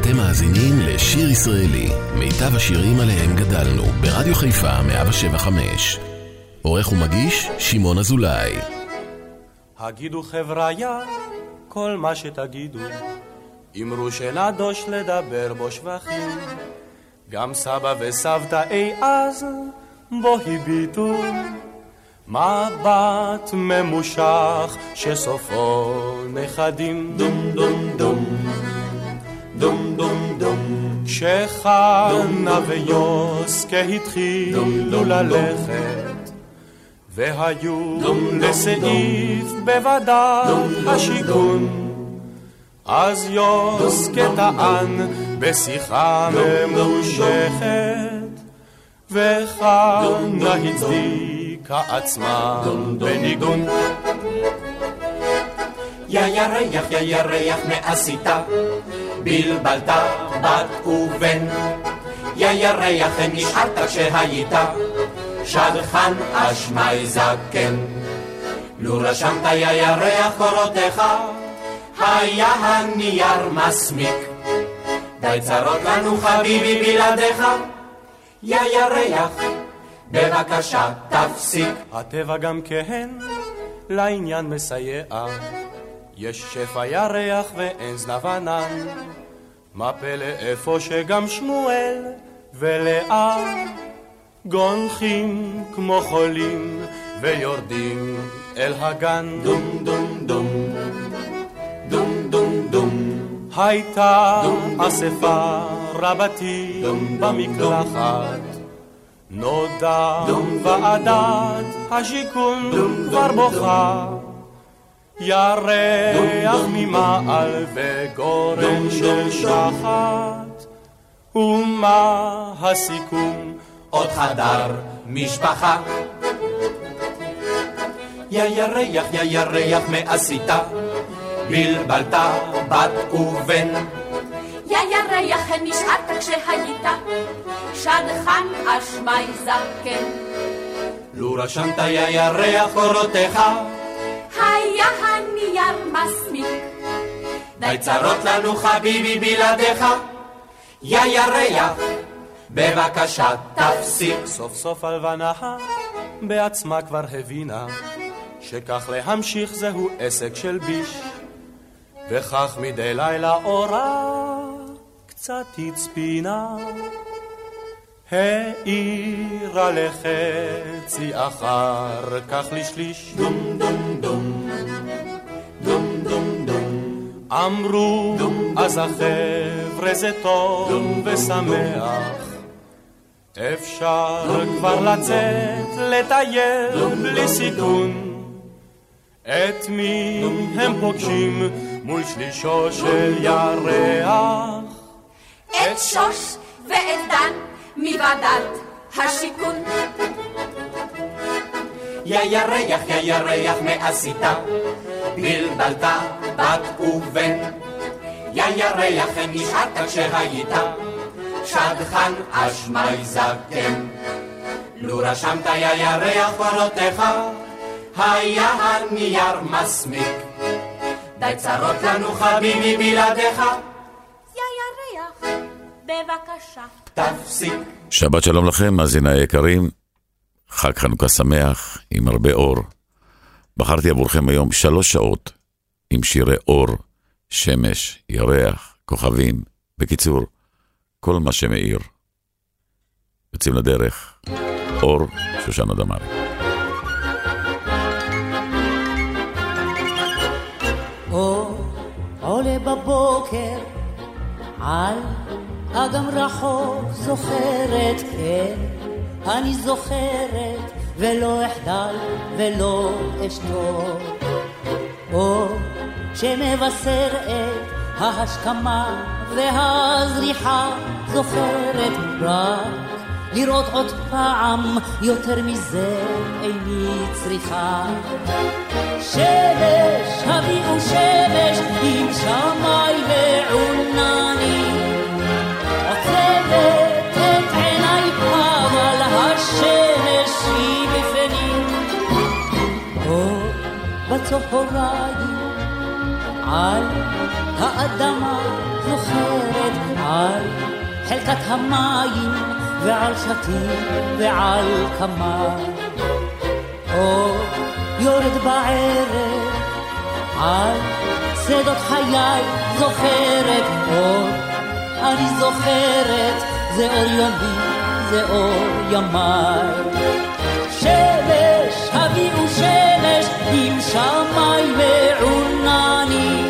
אתם מאזינים לשיר ישראלי, מיטב השירים עליהם גדלנו, ברדיו חיפה 107.5. עורך ומגיש שמעון אזולאי. הגידו חבריה כל מה שתגידו, אמרו שנדוש לדבר בו שבחים, גם סבא וסבתא אי אז בו הביטו, מבט ממושך שסופו נכדים. דום דום דום דום דום דום, כשחנה ויוסקה התחילו ללכת, והיו לסעיף בוודאי השיכון, אז יוסקה טען בשיחה ממושכת, וחנה הצדיקה עצמה בניגון. יא ירח, יא ירח, מעשיתה, בלבלת בת ובן. יא ירח, נשארת כשהיית שדכן אשמי זקן. לו רשמת יא ירח קורותיך, היה הנייר מסמיק. די צרות לנו חביבי בלעדיך, יא ירח, בבקשה תפסיק. הטבע גם כן לעניין מסייע, יש שפע ירח ואין זנב ענן, מה פלא איפה שגם שמואל ולאה גונחים כמו חולים ויורדים אל הגן. דום דום דום דום דום דום, הייתה אספה רבתי במקלחת, נודע ועדת השיכון כבר בוכה, ירח ממעל וגורן של שחת, ומה הסיכום? עוד חדר משפחה. יא ירח, יא ירח, מעשיתה, בלבלת בת ובן. יא ירח, נשארת כשהיית שדכן אשמי זקן. לו רשמת יא ירח קורותיך, היה הנייר מסמיק. די צרות לנו חביבי בלעדיך, יא ירח, בבקשה תפסיק. סוף סוף הלבנה בעצמה כבר הבינה שכך להמשיך זהו עסק של ביש, וכך מדי לילה אורה קצת הצפינה, העירה לחצי אחר כך לשליש. דום דום דום דום דום דום, אמרו אז החבר'ה זה טוב ושמח, אפשר כבר לצאת לטייל בלי סיכון. את מי הם פוגשים מול שלישו של ירח? את שוש ואת דן מוועדת השיכון. יא ירח, יא ירח, מעשיתה, בלבלת בת ובן. יא ירח, נשארת כשהיית שדכן אשמי זקן. לו רשמת יא ירח קורותיך, היה הנייר מסמיק. די צרות לנו חביבי בלעדיך, יא ירח, בבקשה תפסיק. שבת שלום לכם, מאזיני היקרים, חג חנוכה שמח עם הרבה אור. בחרתי עבורכם היום 3 שעות עם שירי אור, שמש, ירח, כוכבים, בקיצור, כל מה שמאיר. יוצאים לדרך, אור, שושנה דמארי. אור עולה בבוקר על אגם רחוק, זוכרת, כן, אני זוכרת, ולא אחדל ולא אשתוק. אור שמבשר את ההשכמה והזריחה, זוכרת, רק לראות עוד פעם, יותר מזה איני צריכה. שמש, הביאו שמש עם שמי ועונני, עוצבת את עיניי, אבל השמש היא בפנים. אור בצהריים על האדמה, זוכרת, על חלקת המים ועל שתים ועל כמה אור יורד בערב על שדות חיי זוכרת אור אני זוכרת זה אור יומי זה אור ימי שמש הביאו שמש עם שמי ועונני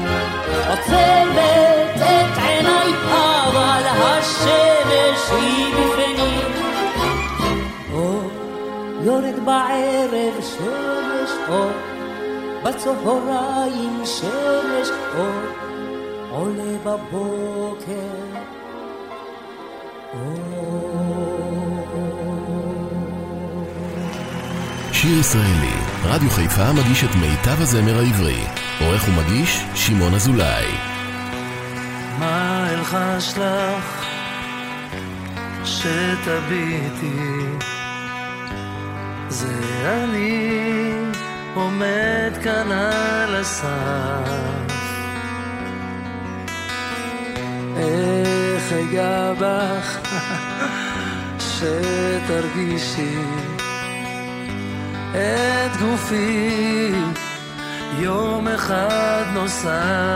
עוצמת את עיניי אבל השמש היא בפנים אור יורד בערב שמש אור בצהריים שמש אור עולה בבוקר שיר ישראלי, רדיו חיפה מגיש את מיטב הזמר העברי. עורך ומגיש שמעון אזולאי. מה אלחש לך שתביטי זה אני עומד כאן על הסף איך אגע בך שתרגישי את גופי יום אחד נוסף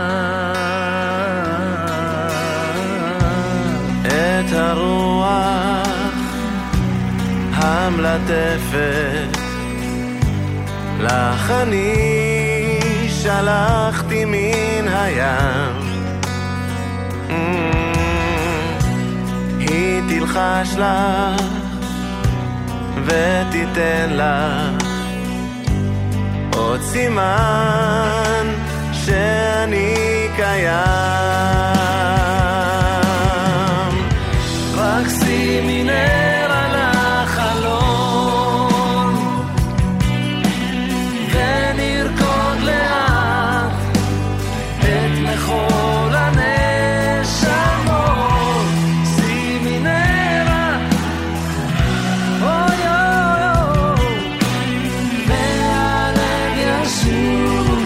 את הרוח המלטפת לך אני שלחתי מן הים היא תלחש לך ותיתן לך עוד סימן שאני קיים רק שימי נר על החלון ונרקוד לאט את מחול הנשמות שימי נר אוי אוי אוי והלב ישוב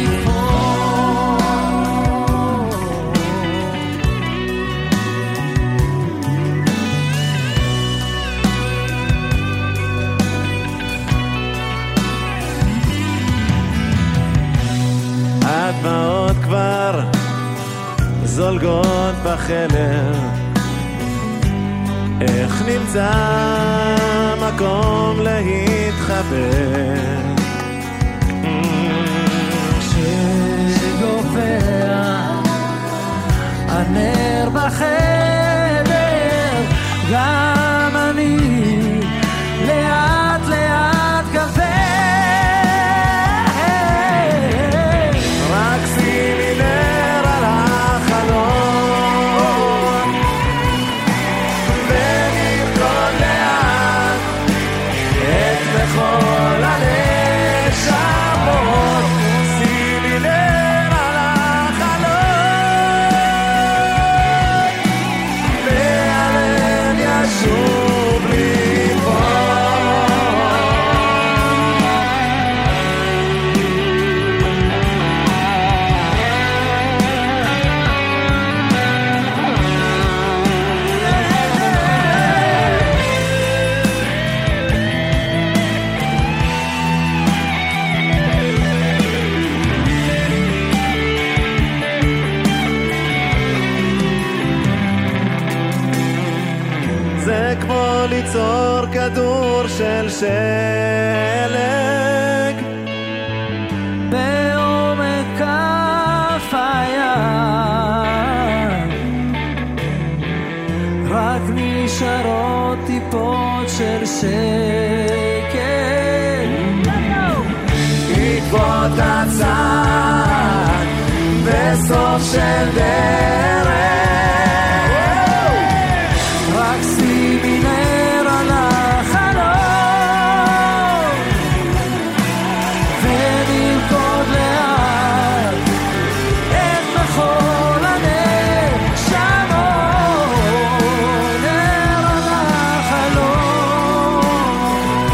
הדמעות כבר זולגות בחדר איך נמצא מקום להתחבר שגופע הנר בחדר גם אני לאט לאט קפה רק שימי נר על החלון ונרקוד לאט את מחול הנשמות שימי נר על החלון והלב ישוב זה כמו ליצור כדור של שלג בעומק כף היד רק נשארות טיפות של שקט עקבות הצד בסוף של דרך רק שימי נר על החלון ונרקוד לאט את מחול הנשמות נר על החלון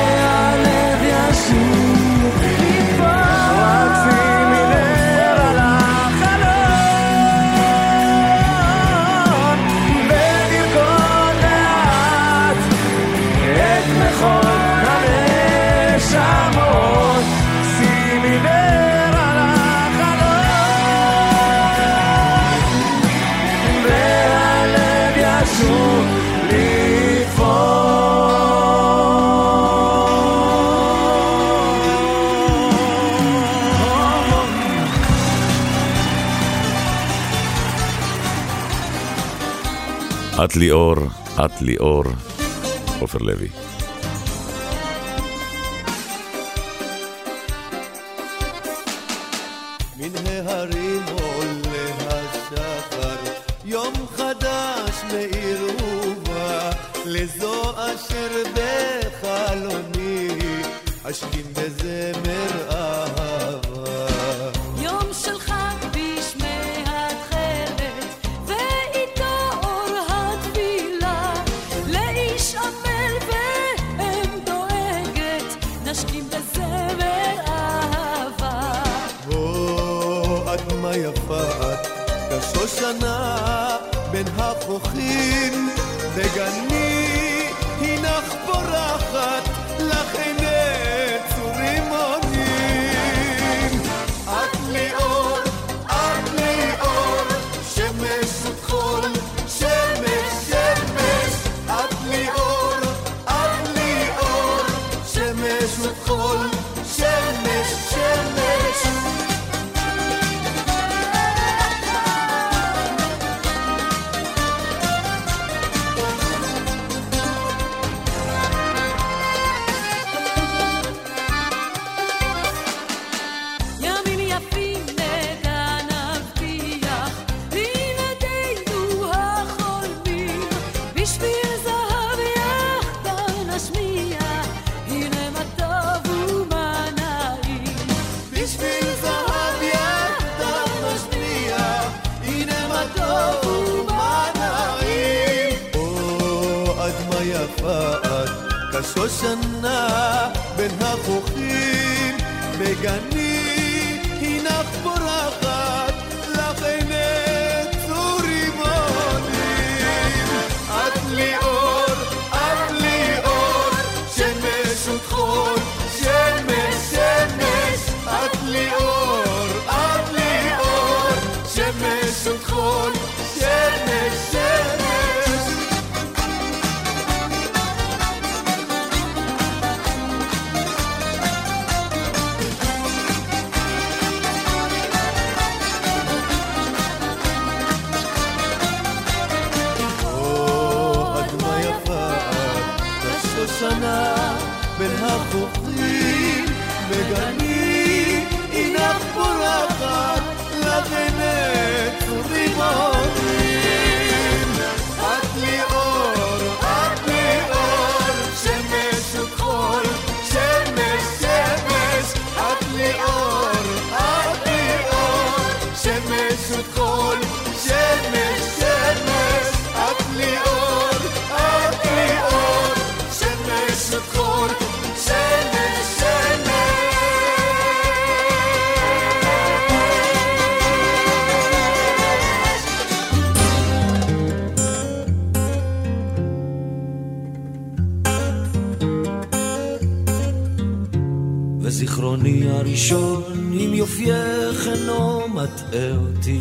והלב ישוב ליפול רק שימי נר על את ליאור, את ליאור, עופר לוי. מן ההרים עולה השחר, יום חדש מאיר ובא, לזו אשר בחלומי, אשכין בזמר אהבה. יום של חג בשמי התכלת, ואיתו אור התפילה, לאיש עמל ואם דואגת, נשכים בזמר אהבה. אדמה יפה את כשושנה בין החוכים, בגני הינך פורחת לך עיני צורים עונים. את ליאור, שמש ותחול, שמש, שמש. את ליאור, שמש ותחול, שמש, שמש. כשושנה בין החוכים, בגני הינך פורחת לך עיני צורים עונים. את ליאור, שמש ותחול, שמש, שמש. את ליאור, שמש ותחול, שמש, שמש. שנה בין החוכים, בגני הינך פורחת לך עיני צורים עונים. את ליאור, שמש ותחול, שמש, שמש. את ליאור, שמש ותחול, שמש, שמש. את ליאור, שמש ותחול, שמש, שמש. וזיכרוני הראשון עם יופייך אינו מטעה אותי,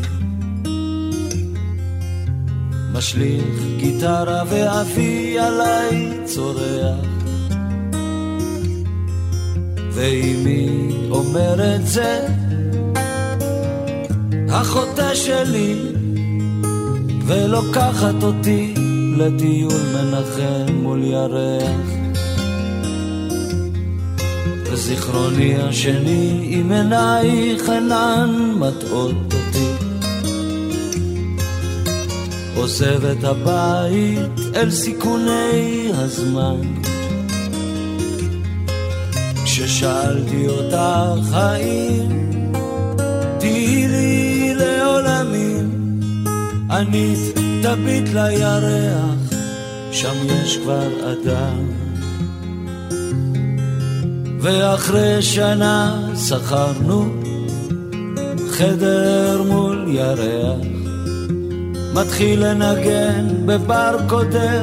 משליך גיטרה ואבי עליי צורח, ואמי אומרת זה החוטא שלי, ולוקחת אותי לטיול מנחם מול ירח. וזיכרוני השני עם עינייך אינן מטעות אותי, עוזב את הבית אל סיכוני הזמן. כששאלתי אותך האם תהי לי לעולמים, ענית תביט לירח, שם יש כבר אדם. ואחרי שנה שכרנו חדר מול ירח, מתחיל לנגן בבר קודר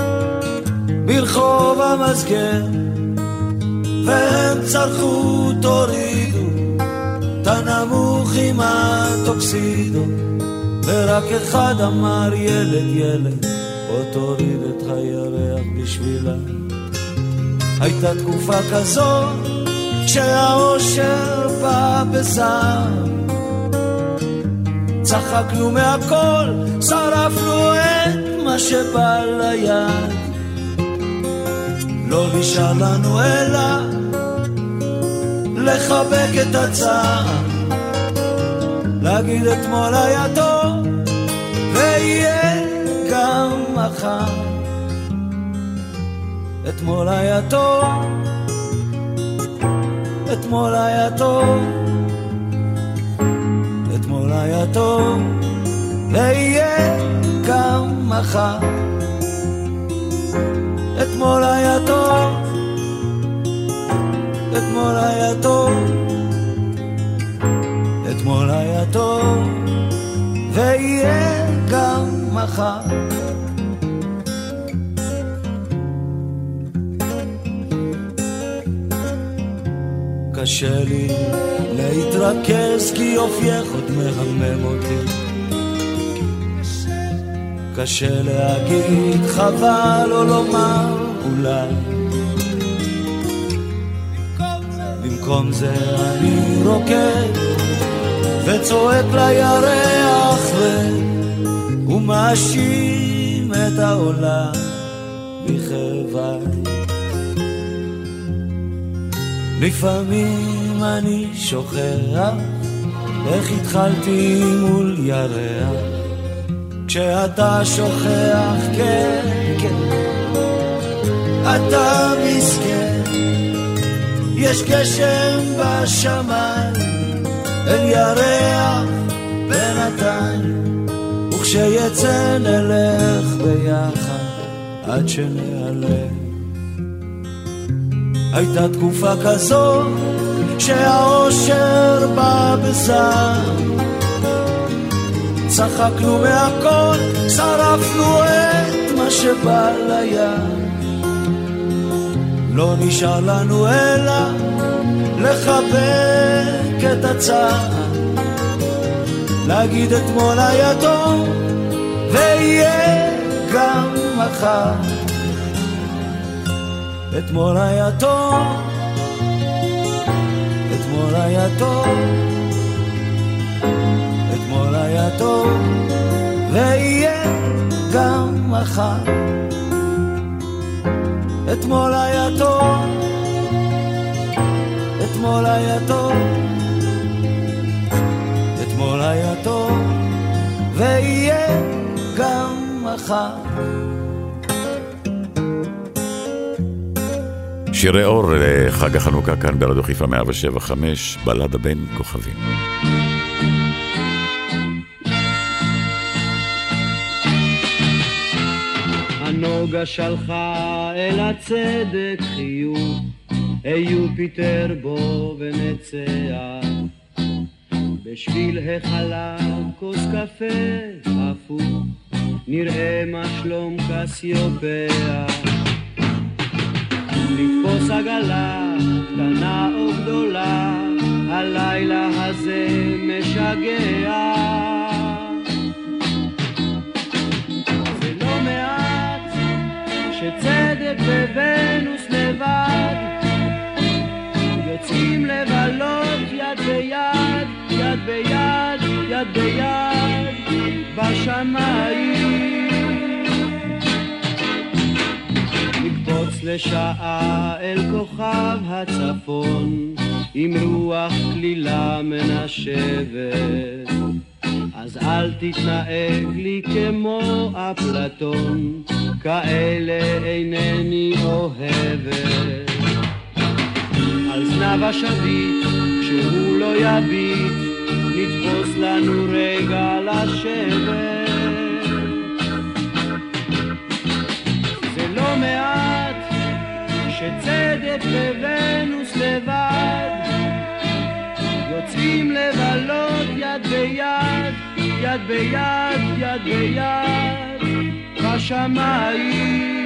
ברחוב המסגר, והם צרחו תורידו תנמוך עם הטוקסידו, ורק אחד אמר ילד ילד בוא תוריד את הירח בשבילה. הייתה תקופה כזו כשהאושר בא בזעם, צחקנו מהכל, שרפנו את מה שבא ליד. לא נשאר לנו אלא לחבק את הצער, להגיד אתמול היה טוב ויהיה גם מחר. אתמול היה טוב, אתמול היה טוב, אתמול היה טוב ויהיה גם מחר. אתמול היה טוב, אתמול היה טוב, אתמול היה טוב ויהיה גם מחר. קשה לי להתרכז כי אופייך עוד מהמם אותי. קשה להגיד חבל או לומר אולי. במקום זה אני רוקד וצועק לירח ומאשים את העולם בכאבי. לפעמים אני שוכח איך התחלתי מול ירח. כשאתה שוכח, כן, כן, אתה מסכן. יש גשם בשמיים, אל ירח בינתיים, וכשיצא נלך ביחד עד שנעלם. הייתה תקופה כזו שהאושר בא בזעם, צחקנו מהכל, שרפנו את מה שבא ליד. לא נשאר לנו אלא לחבק את הצער, להגיד אתמול היה טוב ויהיה גם מחר. אתמול היה טוב, אתמול היה טוב, אתמול היה טוב ויהיה גם מחר. אתמול היה טוב, אתמול היה טוב, אתמול היה טוב ויהיה גם מחר. שירי אור לחג החנוכה כאן ברדיו חיפה 107.5, בלדה בין כוכבים. הנוגה שלחה אל הצדק חיוך, יופיטר בו ונצח, בשביל החלב כוס קפה הפוך, נראה מה שלום קסיופיה. לתפוס עגלה קטנה או גדולה, הלילה הזה משגע. זה לא מעט שצדק וונוס לבד יוצאים לבלות יד ביד, יד ביד, יד ביד בשמיים. נקפוץ לשעה אל כוכב הצפון עם רוח כלילה מנשבת, אז אל תתנהג לי כמו אפלטון, כאלה אינני אוהבת. על זנב השביט כשהוא לא יביט, נתפוס לנו רגע לשבת. זה לא מעט שצדק וונוס לבד יוצאים לבלות יד ביד, יד ביד, יד ביד בשמיים.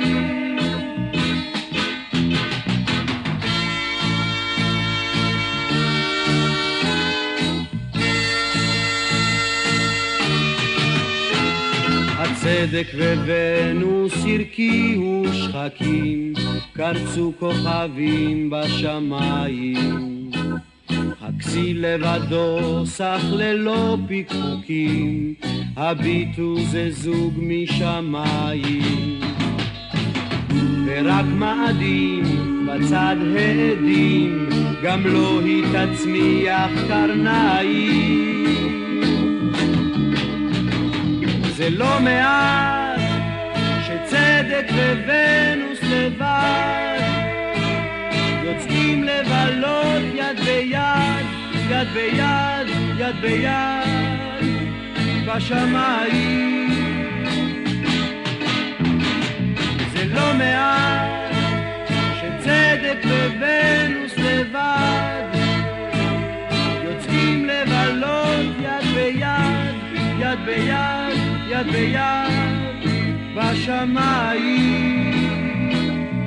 הצדק וונוס הרקיעו שחקים, קרצו כוכבים בשמיים. הכסיל לבדו סך ללא פיקפוקים, הביטו זה זוג משמיים, ורק מאדים בצד העדים, גם לא היא תצמיח קרניים. זה לא מעט שצדק וונוס לבד יוצאים לבלות יד ביד, יד ביד, יד ביד בשמיים. זה לא מעט שצדק וונוס לבד יוצאים לבלות יד ביד, יד ביד, יד ביד בשמיים,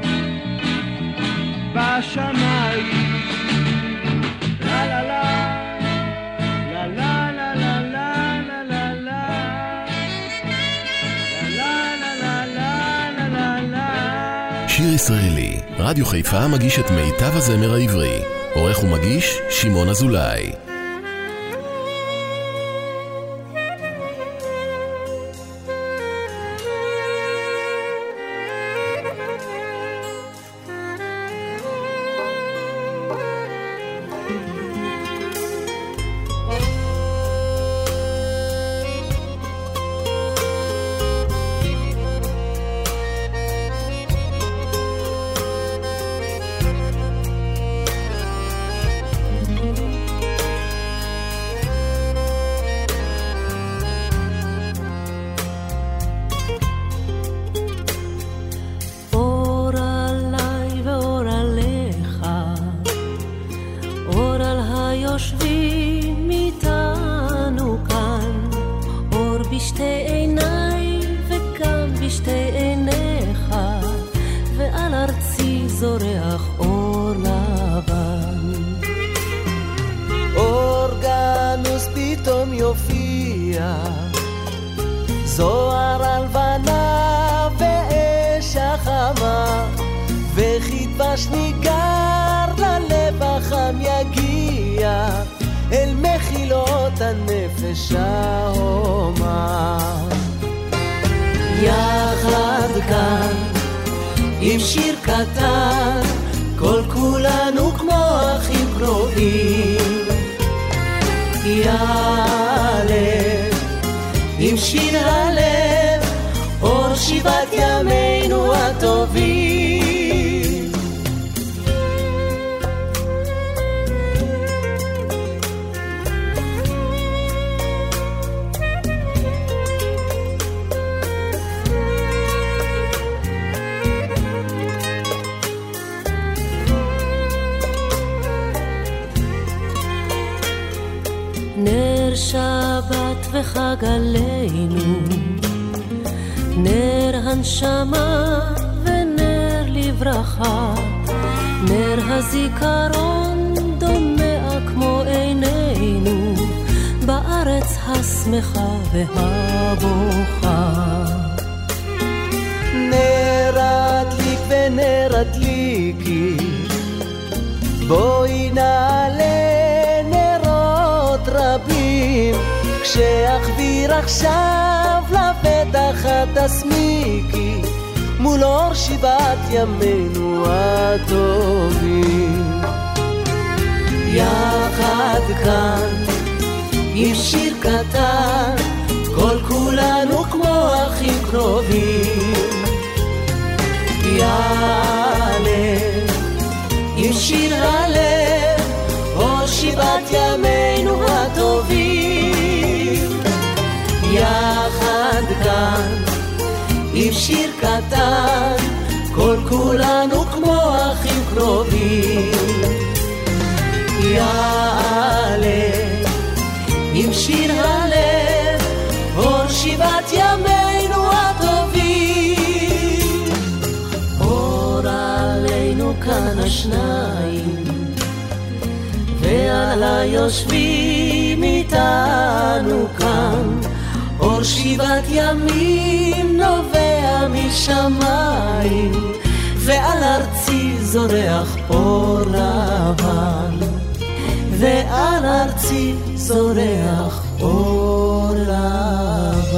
בשמיים. לה לה לה לה לה לה לה לה לה לה לה. שיר ישראלי, רדיו חיפה מגיש את מיטב הזמר העברי. עורך ומגיש שמעון אזולאי. נר שבת וחג עלינו, נר הנשמה ונר לברכה, נר הזיכרון דומע כמו עינינו בארץ השמחה והבוכה. נר הדליק ונר הדליקי, בואי נעלה רבים, כשאחביר עכשיו לפתח התסמיקי מול אור שבעת ימינו הטובים. יחד כאן עם שיר קטן, כל כולנו כמו אחים קרובים. יעלה עם שיר הלב אור שבעת ימינו הטובים. יחד כאן עם שיר קטן, כל כולנו כמו אחים קרובים. יעלה עם שיר הלב אור שבעת ימינו הטובים. אור עלינו כאן השניים, ועל היושבים איתנו כאן, אור שבעת ימים נובע משמיים, ועל ארצי זורח אור לבן, ועל ארצי זורח אור לבן.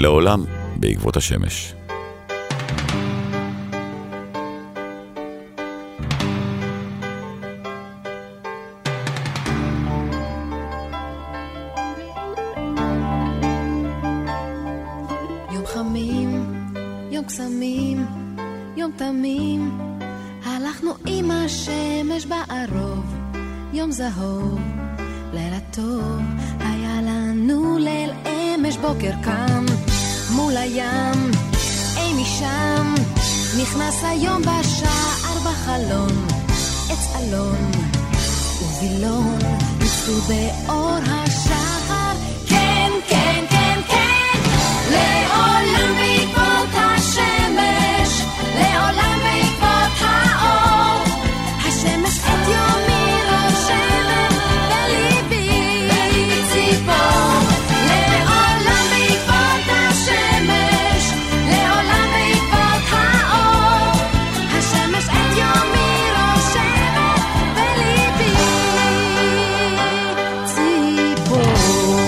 לעולם בעקבות השמש. יום חמים, יום קסמים, יום תמים, הלכנו עם השמש בערוב, יום זהוב, לילה טוב, היה לנו ליל אמש, בוקר קם, מול הים, אי משם, נכנס היום בשער בחלון, עץ אלון ובילון, יצאו באור השחר, כן, כן, כן, כן, לעולם בעקבות השמש, לעולם בעקבות האור, השמש את יומי רושמת בליבי ציפור, לעולם בעקבות השמש, לעולם בעקבות האור, השמש את יומי רושמת בליבי ציפור.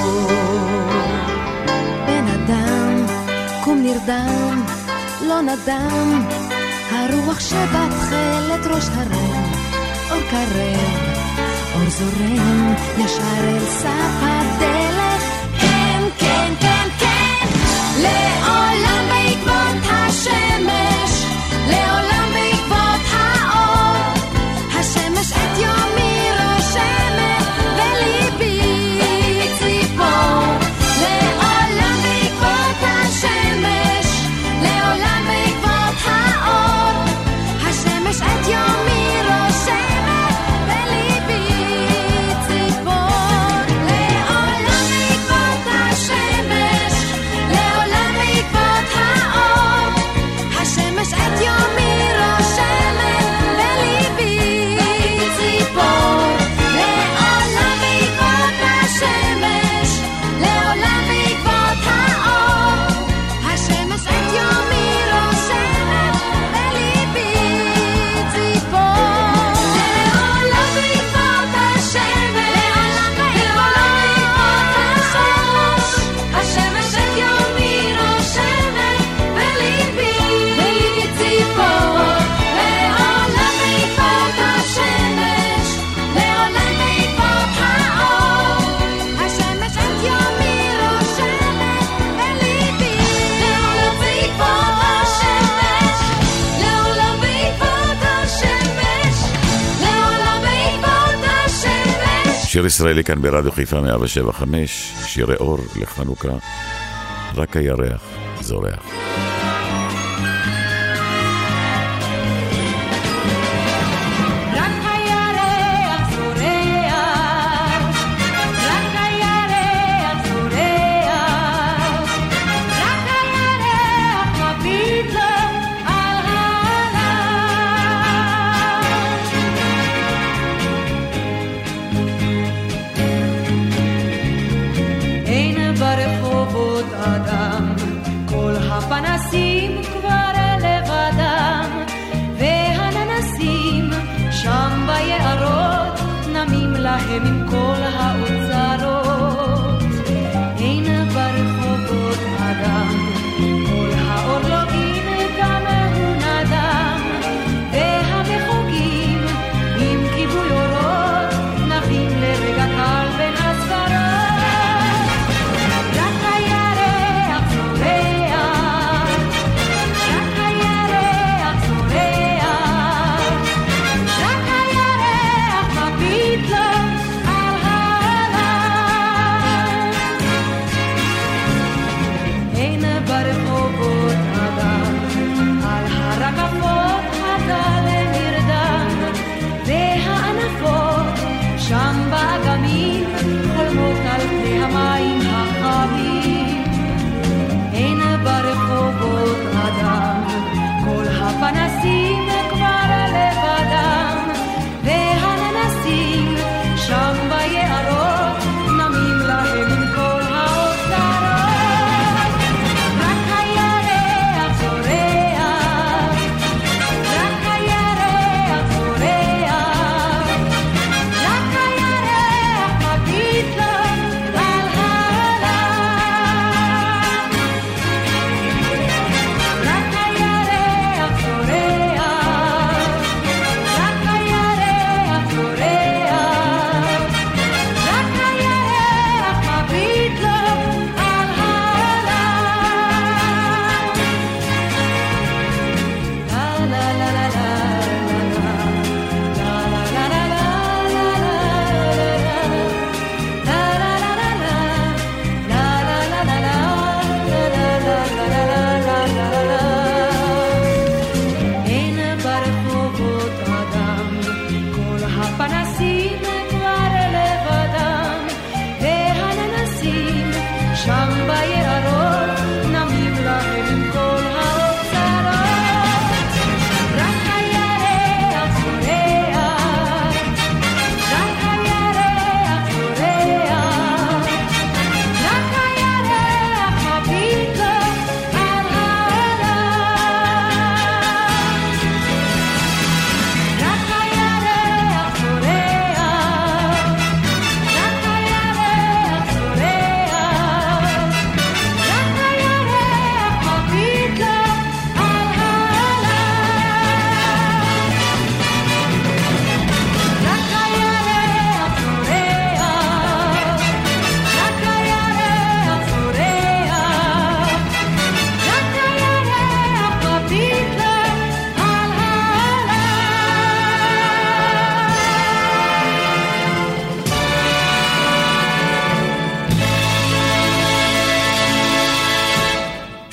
בן אדם קום נרדם לא נדם, הרוח שבתחלת ראש הרם, אור קרב, אור זורם, ישר אל סף הדלת, כן, כן, כן, כן, לעולם בעקבות השמש, לעולם בעקבות האור, השמש את יומי רושמת בליבי ציפור, לעולם בעקבות השמש, לעולם בעקבות האור, השמש את יומי רושמת בליבי ציפור, לעולם בעקבות השמש, לעולם בעקבות האור, השמש את יומי רושמת בליבי ציפור, לעולם בעקבות השמש, לעולם בעקבות האור, השמש את יומי רושמת בליבי ציפור, לעולם בעקבות השמש, לעולם בעקבות השמש, השמש את יומי רושמת בליבי ציפור, לעולם בעקבות השמש, לעולם בעקבות האור, השמש את יומי רושמת בליבי לעולם בעקבות השמש, לעולם בעקבות השמש. שיר ישראלי כאן ברדיו חיפה 107.5, שירי אור לחנוכה, רק הירח זורח. רק הירח זורח, רק הירח זורח, רק הירח מביט לו על הענן. אין ברחובות אדם, כל הפנסים כבר לבדם, והננסים שם ביערות נמים להם עם כל האוצרות. אין ברחובות אדם, כל האורלוגים גם הוא נדם, והמחוגים עם כיבוי אורות נחים לרגע קל בין הספרות. רק הירח זורח, רק הירח זורח, רק הירח מביט לו על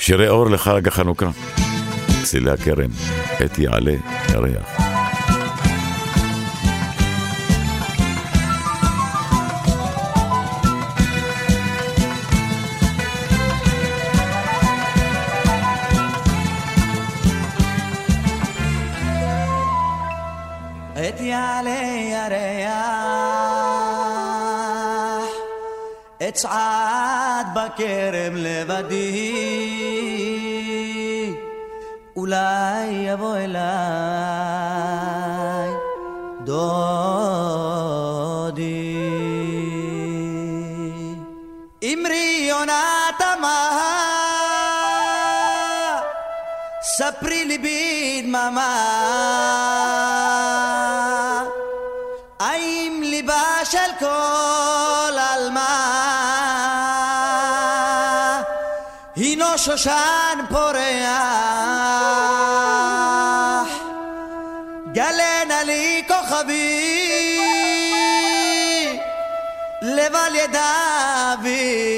שירי אור לחג החנוכה, צלילי הכרם, עת יעלה ירח. עת יעלה ירח אצעד בכרם לבדי, אולי יבוא אליי דודי. אמרי יונת עמה, ספרי לי בדממה, האם ליבה של כל אלמה הינו שושן פורח, גלנה לי כוכבי לבל ידעבי,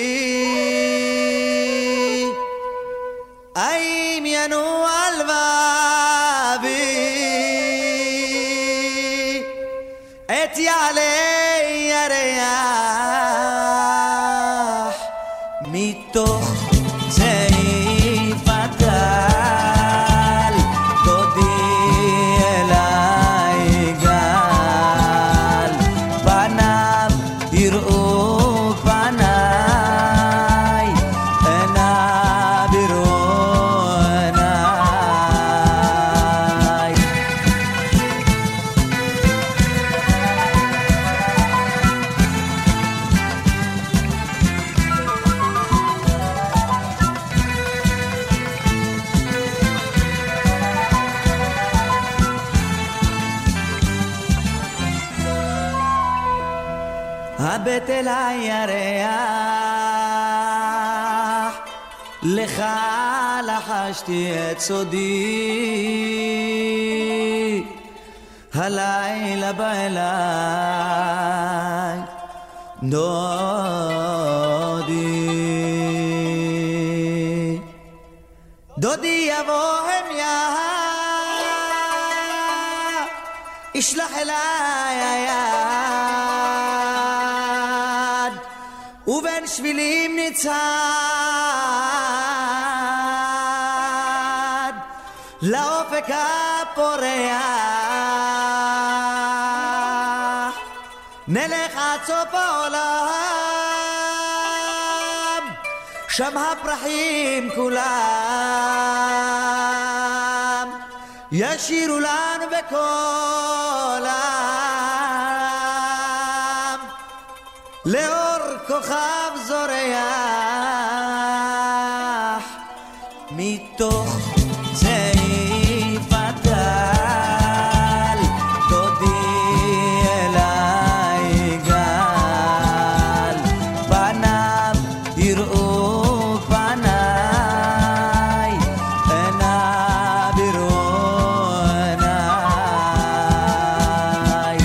האם ינוע לבבי עת יעלה ירח מתוך צעיף הטל, דודי אליי גל, פניו יראו פניי, עיניו יראו עיניי. הבט אליי ירח, לך לחשתי את סודי, הלילה בא אליי דודי. דודי יבוא המיה, ישלח אליי היד, ובין שבילים ניצד לאופק הפורח, נלך עד סוף העולם, שם הפרחים כולם ישירו לנו בקולם, לאור כוכב זורח מתוך צעיף הטל, דודי אליי גל, פניו יראו פניי, עיניו יראו עיניי.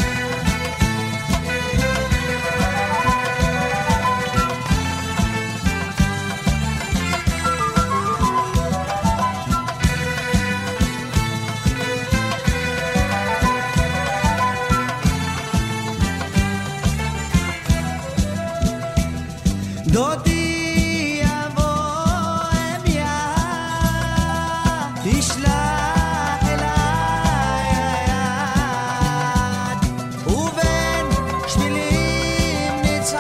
דודי יבוא המיה, ישלח אליי היד, ובין שבילים נצעד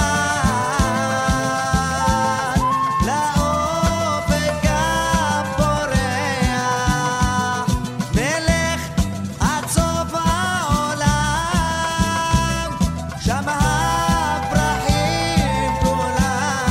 לאופק הפורח, נלך עד סוף העולם, שם הפרחים כולם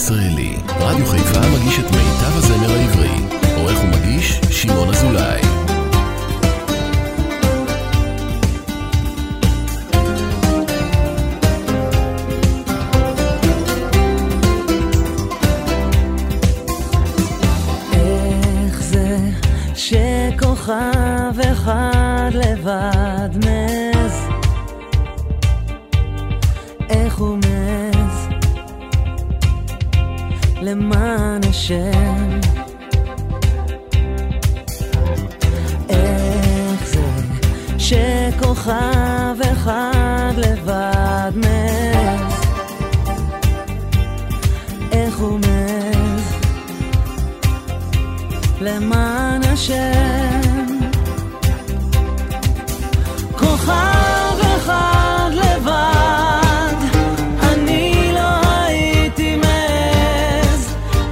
ישראלי. רדיו חיפה מגיש את מיטב הזמר העברי. עורך ומגיש שמעון אזולאי. איך זה שכוכב אחד לבד מז, איך הוא מז למען השם, איך זה שכוכב אחד לבד מז, איך הוא מז למען השם, כוכב אחד לבד, אני לא הייתי מז,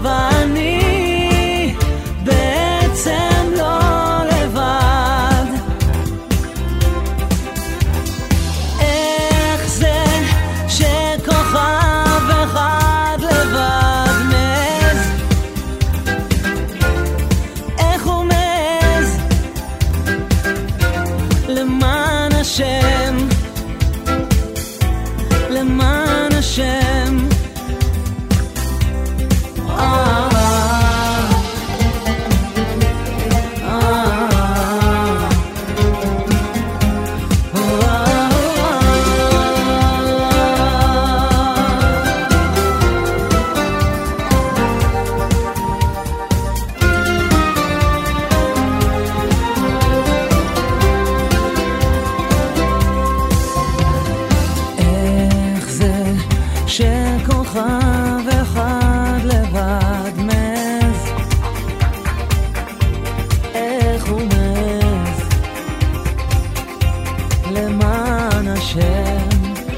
ואני בעצם לא לבד. איך זה שכוכב אחד לבד מז, איך הוא מז למען השם, למען השם. איך זה שכוכב אחד לבד מז, איך הוא מז למען השם,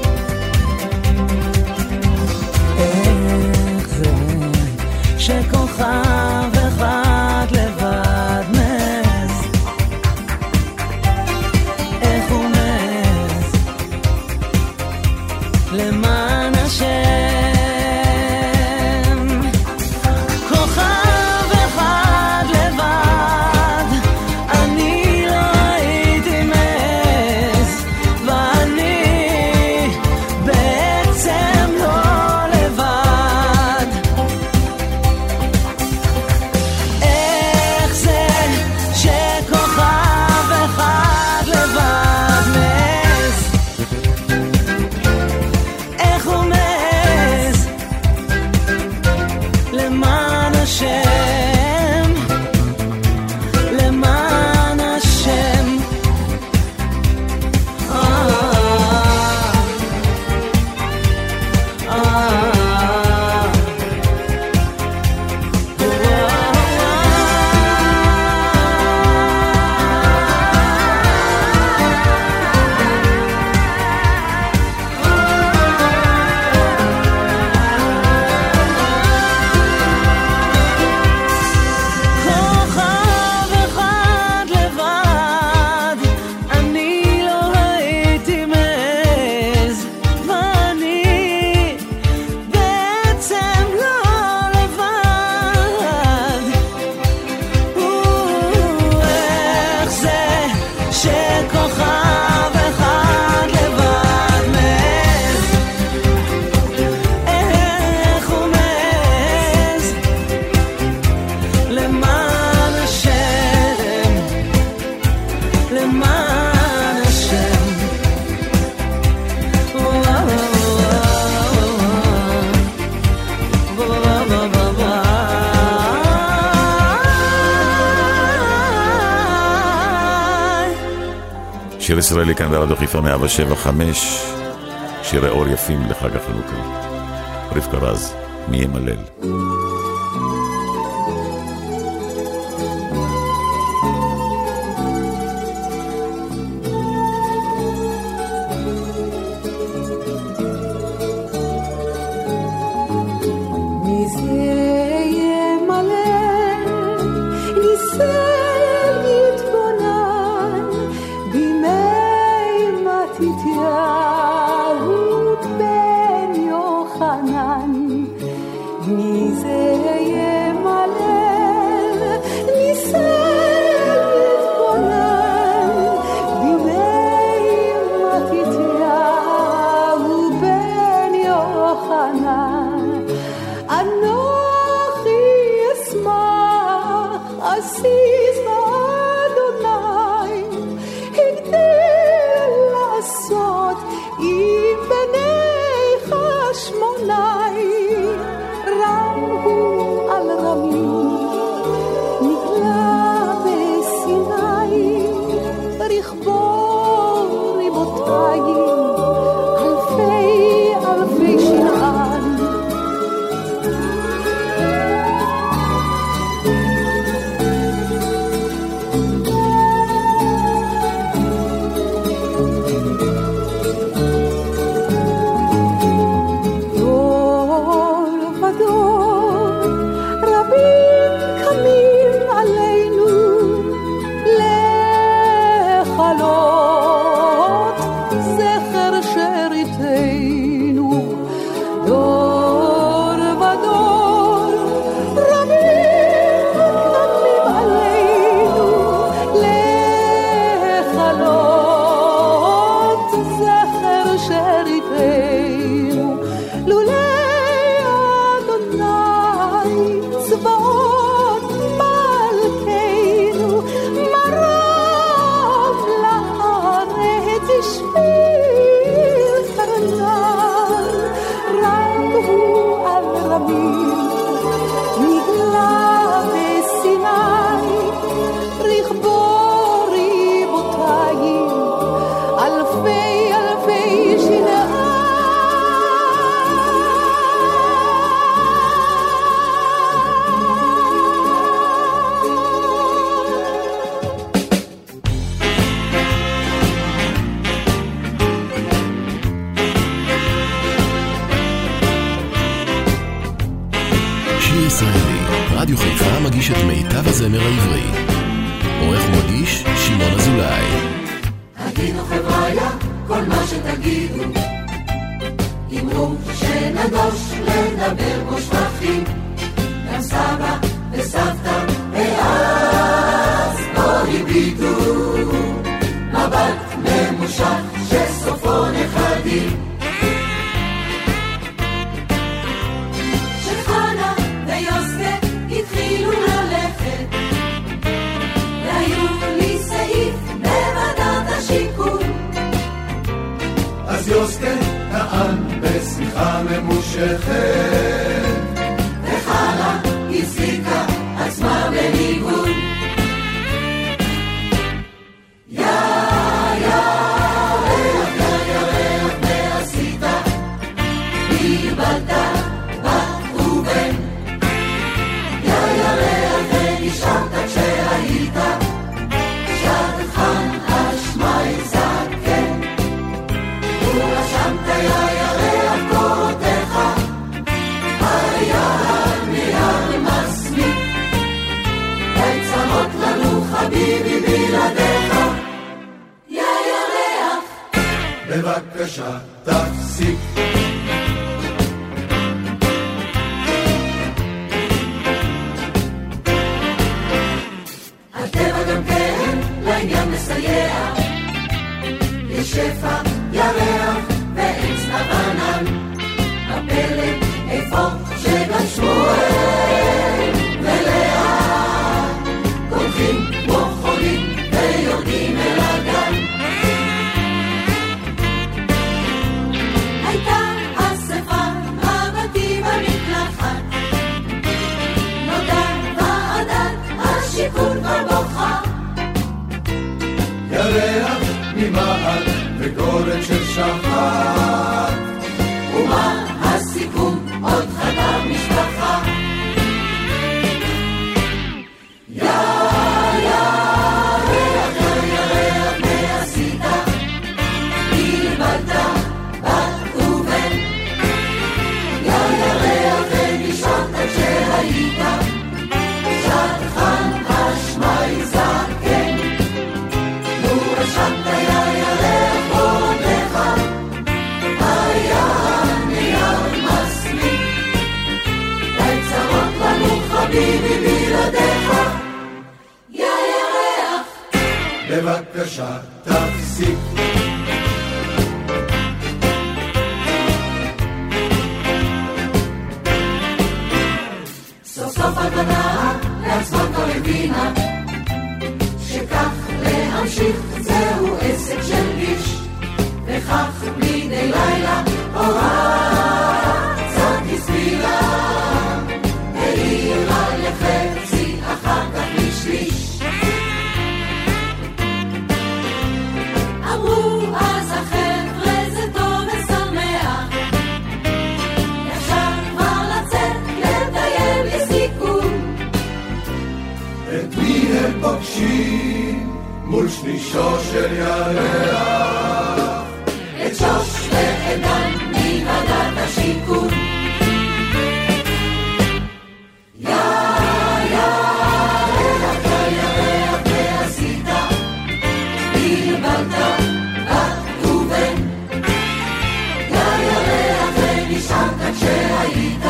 איך זה שכוכב אחד לבד מז, איך הוא מז למען השם, כוכב אחד לבד, אני לא הייתי מז, ואני בעצם לא לבד. איך זה שכוכב אחד לבד מז, איך הוא מז למען השם, למען השם. כוכב אחד לבד, אני לא הייתי מז, ואני בעצם לא לבד. איך זה שכוכב אחד לבד מז, איך הוא מז למען השם, למען השם. שיר ישראלי כאן ברדיו חיפה 107.5, שירי אור יפים לחג החנוכה. רבקה רז, מי ימלל. מתתיהו בן יוחנן, בני לכבור ריבותיים אלפי אלפי שנען. רדיו חיפה מגיש את מיטב הזמר העברי. עורך ומגיש שמעון אזולאי. הגינו חבריה, כל מה שתגידו, אמרו שנדוש לדבר בו שבחים, גם סבא וסבתא ואז בו הביטו, מבט ממושך שסופו נחדים. התחילו ללכת והיו לי סעיף בוועדת השיקול. אז יוסקה טען בשיחה ממושכת וחלה הזיקה עצמה בניגוד. ירח ועשית בלבלת בת ובן, ירח ונשארת כשהיית שדכן אשמי זקן, ורשמת ירח קורותיך היער מיער מסמיק, די צרות לנו חביבי בלעדיך. ירח בבקשה תפסיק, לעניין מסייע, לשפע ירח ועץ נבנן, הפלא איפה שגם שמואל ולאה קולחים כמו חולים ויורדים אל הגן. הייתה אספה מבטי במקלחת, נודע ועדת השיכון בבוכה, ירח ממעט וגורת של שחת, ומה הסיכום עוד חדר משפחה. ירח ועשית בלבלת בת ובן, ירח ונשארת כשהיית שדכן אשמי זקן, ורשמת ירח קורותיך היער מיער מסמיק, די צרות לנו חביבי בלעדיך. ירח בבקשה תפסיק, סוף סוף הגנה לעצמה כבר הבינה שכך להמשיך זהו עסק של איש, וכך בלי די לילה אורה קצת הסבירה העירה לחצי אחר כך לשליש. אישו של ירח, את שוש ועדן מוועדת השיכון. שהיית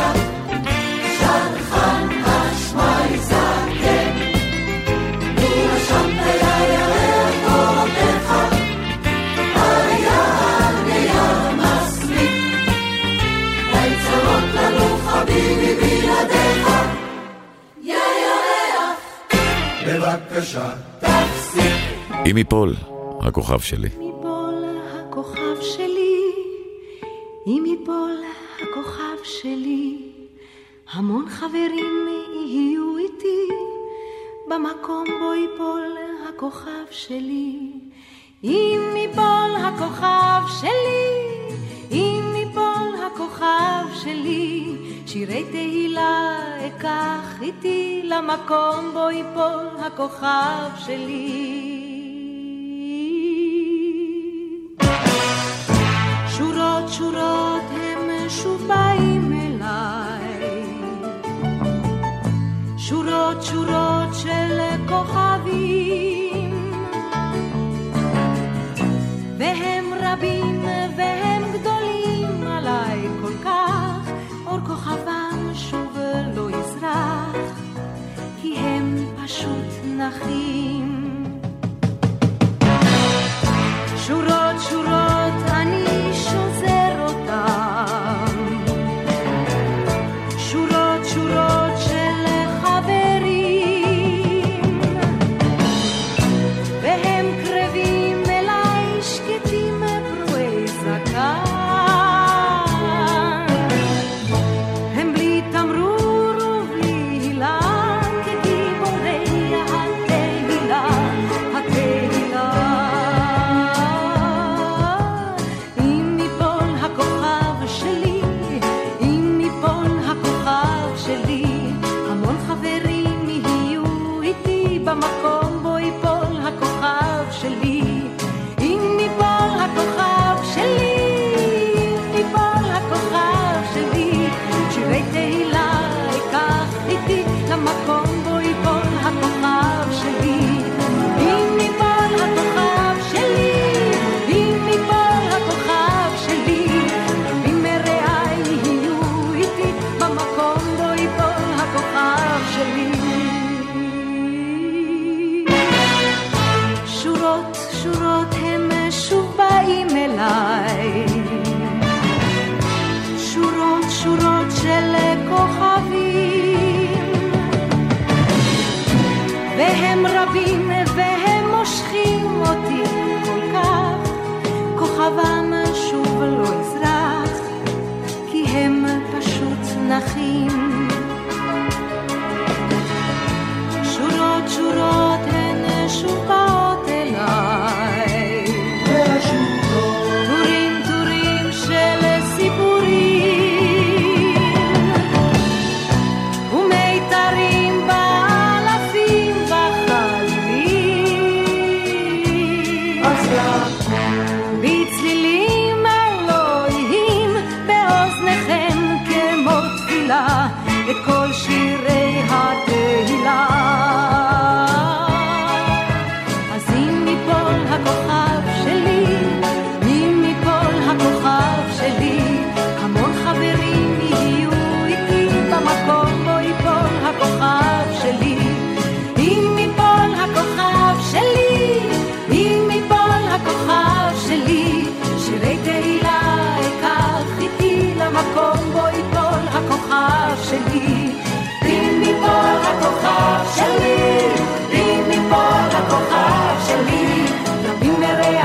שרחן השמי זקן, לו נשמת ירח תורתך, היער ליער מסמיק, ליצרות לנו חביבי בלעדיך, יא ירח, בבקשה תפסיק. אם יפול הכוכב שלי, יפול הכוכב שלי, אם יפול הכוכב שלי, המון חברים יהיו איתי במקום בו יפול הכוכב שלי. אם יפול הכוכב שלי, אם יפול הכוכב שלי, שירי תהילה אקח איתי למקום בו יפול הכוכב שלי. שורות שורות הם שוב באים אליי, שורות שורות של כוכבים, והם רבים והם גדולים עליי כל כך, אור כוכבם שוב לא יזרח, כי הם פשוט נחים. שורות שורות אני שוזר אותם, שורות שורות של חברים, והם קרבים אליי שקטים פרועי זקן, הם בלי תמרור ובלי הילה, כגיבורי התהילה, התהילה. אם יפול הכוכב שלי, אם יפול הכוכב שלי, המון חברים יהיו איתי במקום בו יפול הכוכב שלי. אם יפול הכוכב שלי, אם יפול הכוכב שלי, שירי תהילה אקח איתי למקום בו יפול הכוכב שלי. אם יפול הכוכב שלי, אם יפול הכוכב שלי, רבים מרעי יהיו איתי במקום בו יפול הכוכב שלי. שורות שורות הם שוב באים אליי, שורות שורות של כוכבים, והם רבים והם מושכים אותי כל כך, כוכבם שוב לא יזרח, כי הם פשוט נחים. שורות שורות הן שוב באות אליי, טורים טורים של סיפורים, ומיתרים באלפים וחלילים, בצלילים אלוהים באוזניכם כמו תפילה, את כל שירי התהילה. אז אם יפול הכוכב שלי, אם יפול הכוכב שלי, המון חברים יהיו איתי במקום בו יפול הכוכב שלי. אם יפול הכוכב שלי, אם יפול הכוכב שלי, שירי תהילה אקח איתי למקום בו יפול הכוכב שלי. אם יפול הכוכב שלי, אם יפול הכוכב שלי, רבים מרעי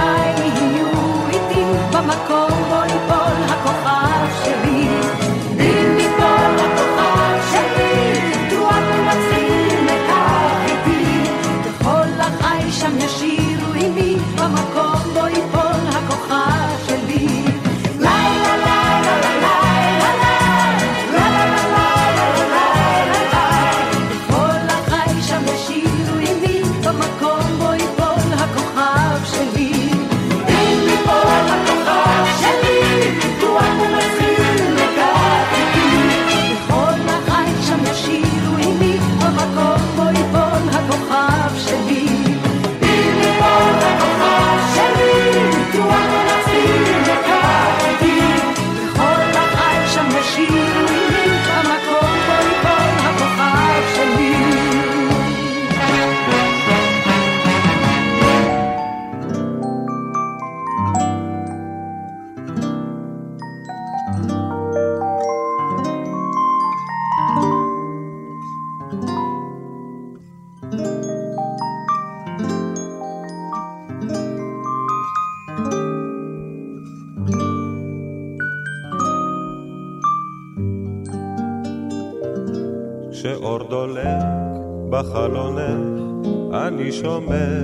כשאור דולק בחלונך אני שומע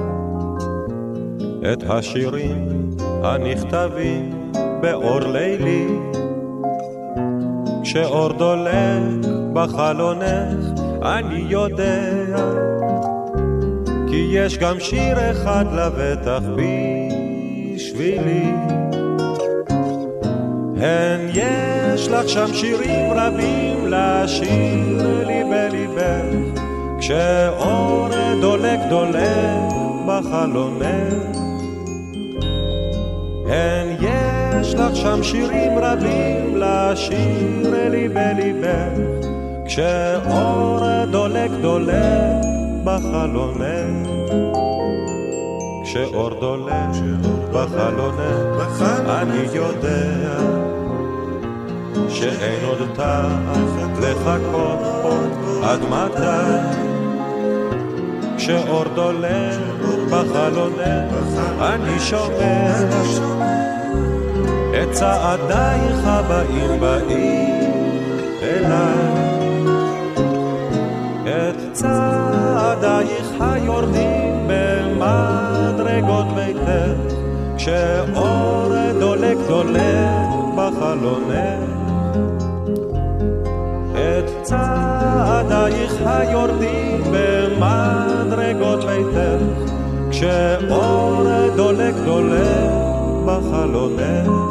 את השירים הנכתבים באור לילי. כשאור דולק בחלונך אני יודע כי יש גם שיר אחד לבטח בשבילי. הן יש לך שם שירים רבים לשיר לי בליבך כשאור דולק דולק בחלונך. הן יש לך שם שירים רבים לשיר לי בליבך כשאור דולק דולק בחלונך. כשאור דולק בחלונך אני יודע שאין עוד טעם לחכות עד מתי. כשאור דולק בחלונך אני שומע את צעדייך הבאים אליי, את צעדייך היורדים במדרגות ביתך כשאור דולק דולק בחלונך. את צעדייך היורדים במדרגות ביתך כשאור דולק דולק בחלונך.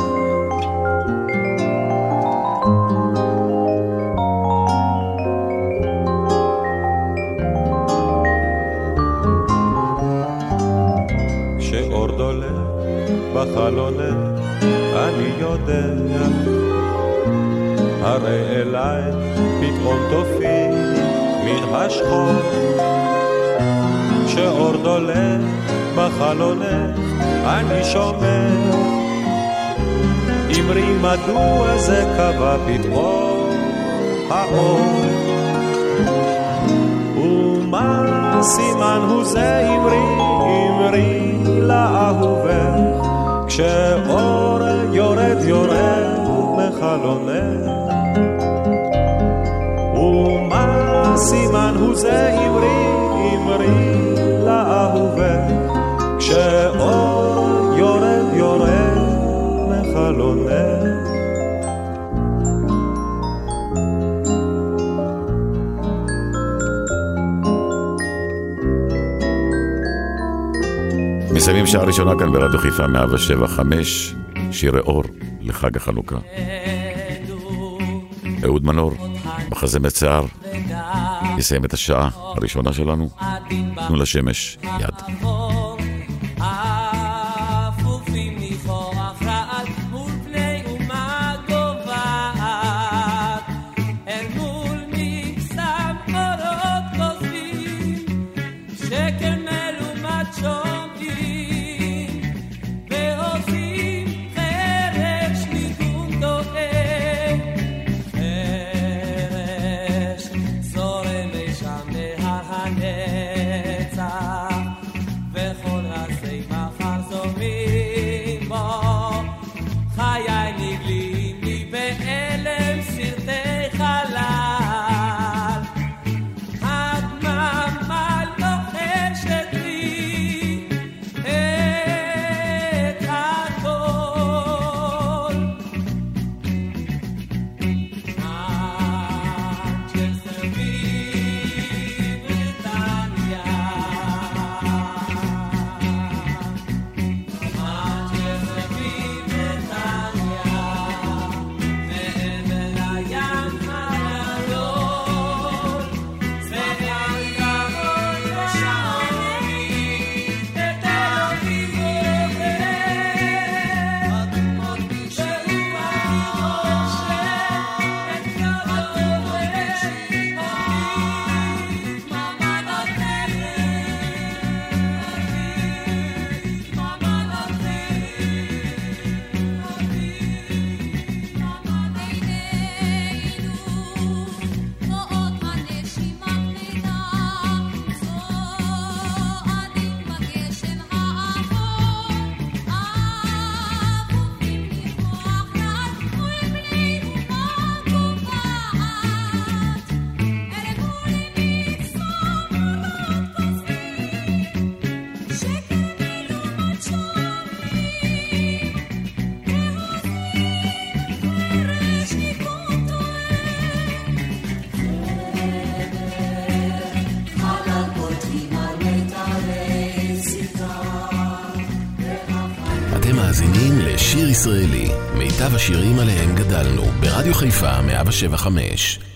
כשאור דולק בחלונך אני יודע הרי אליי פתאום תופיע מן השחור. כשאור דולק בחלונך אני שומע אמרי מדוע זה קבע פתאום האור ומה סימן הוא זה אמרי לאהובך כשאור יורד מחלונך. ומה סימן הוא זה אמרי לאהובך כשאור יורד מחלונך. מסיימים שעה ראשונה כאן ברדיו חיפה 107.5 שירי אור לחג החנוכה. אהוד מנור מחזמר שיער יסיים את השעה הראשונה שלנו. תנו לשמש יד. Hey לשיר ישראלי, מיטב השירים עליהם גדלנו, ברדיו חיפה 107.5.